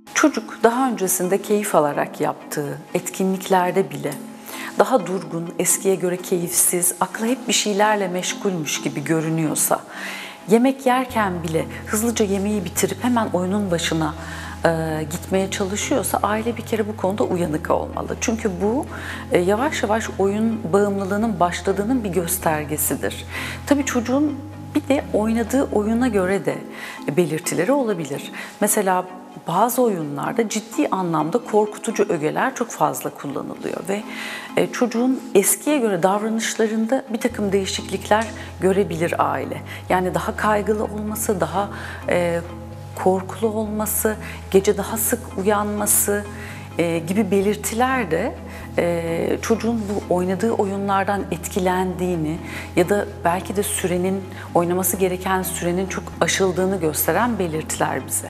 Çocuk daha öncesinde keyif alarak yaptığı etkinliklerde bile daha durgun, eskiye göre keyifsiz, aklı hep bir şeylerle meşgulmüş gibi görünüyorsa, yemek yerken bile hızlıca yemeği bitirip hemen oyunun başına gitmeye çalışıyorsa aile bir kere bu konuda uyanık olmalı. Çünkü bu yavaş yavaş oyun bağımlılığının başladığının bir göstergesidir. Tabii çocuğun bir de oynadığı oyuna göre de belirtileri olabilir. Mesela bazı oyunlarda ciddi anlamda korkutucu ögeler çok fazla kullanılıyor ve çocuğun eskiye göre davranışlarında bir takım değişiklikler görebilir aile. Yani daha kaygılı olması, daha korkulu olması, gece daha sık uyanması gibi belirtiler de çocuğun bu oynadığı oyunlardan etkilendiğini ya da belki de oynaması gereken sürenin çok aşıldığını gösteren belirtiler bize.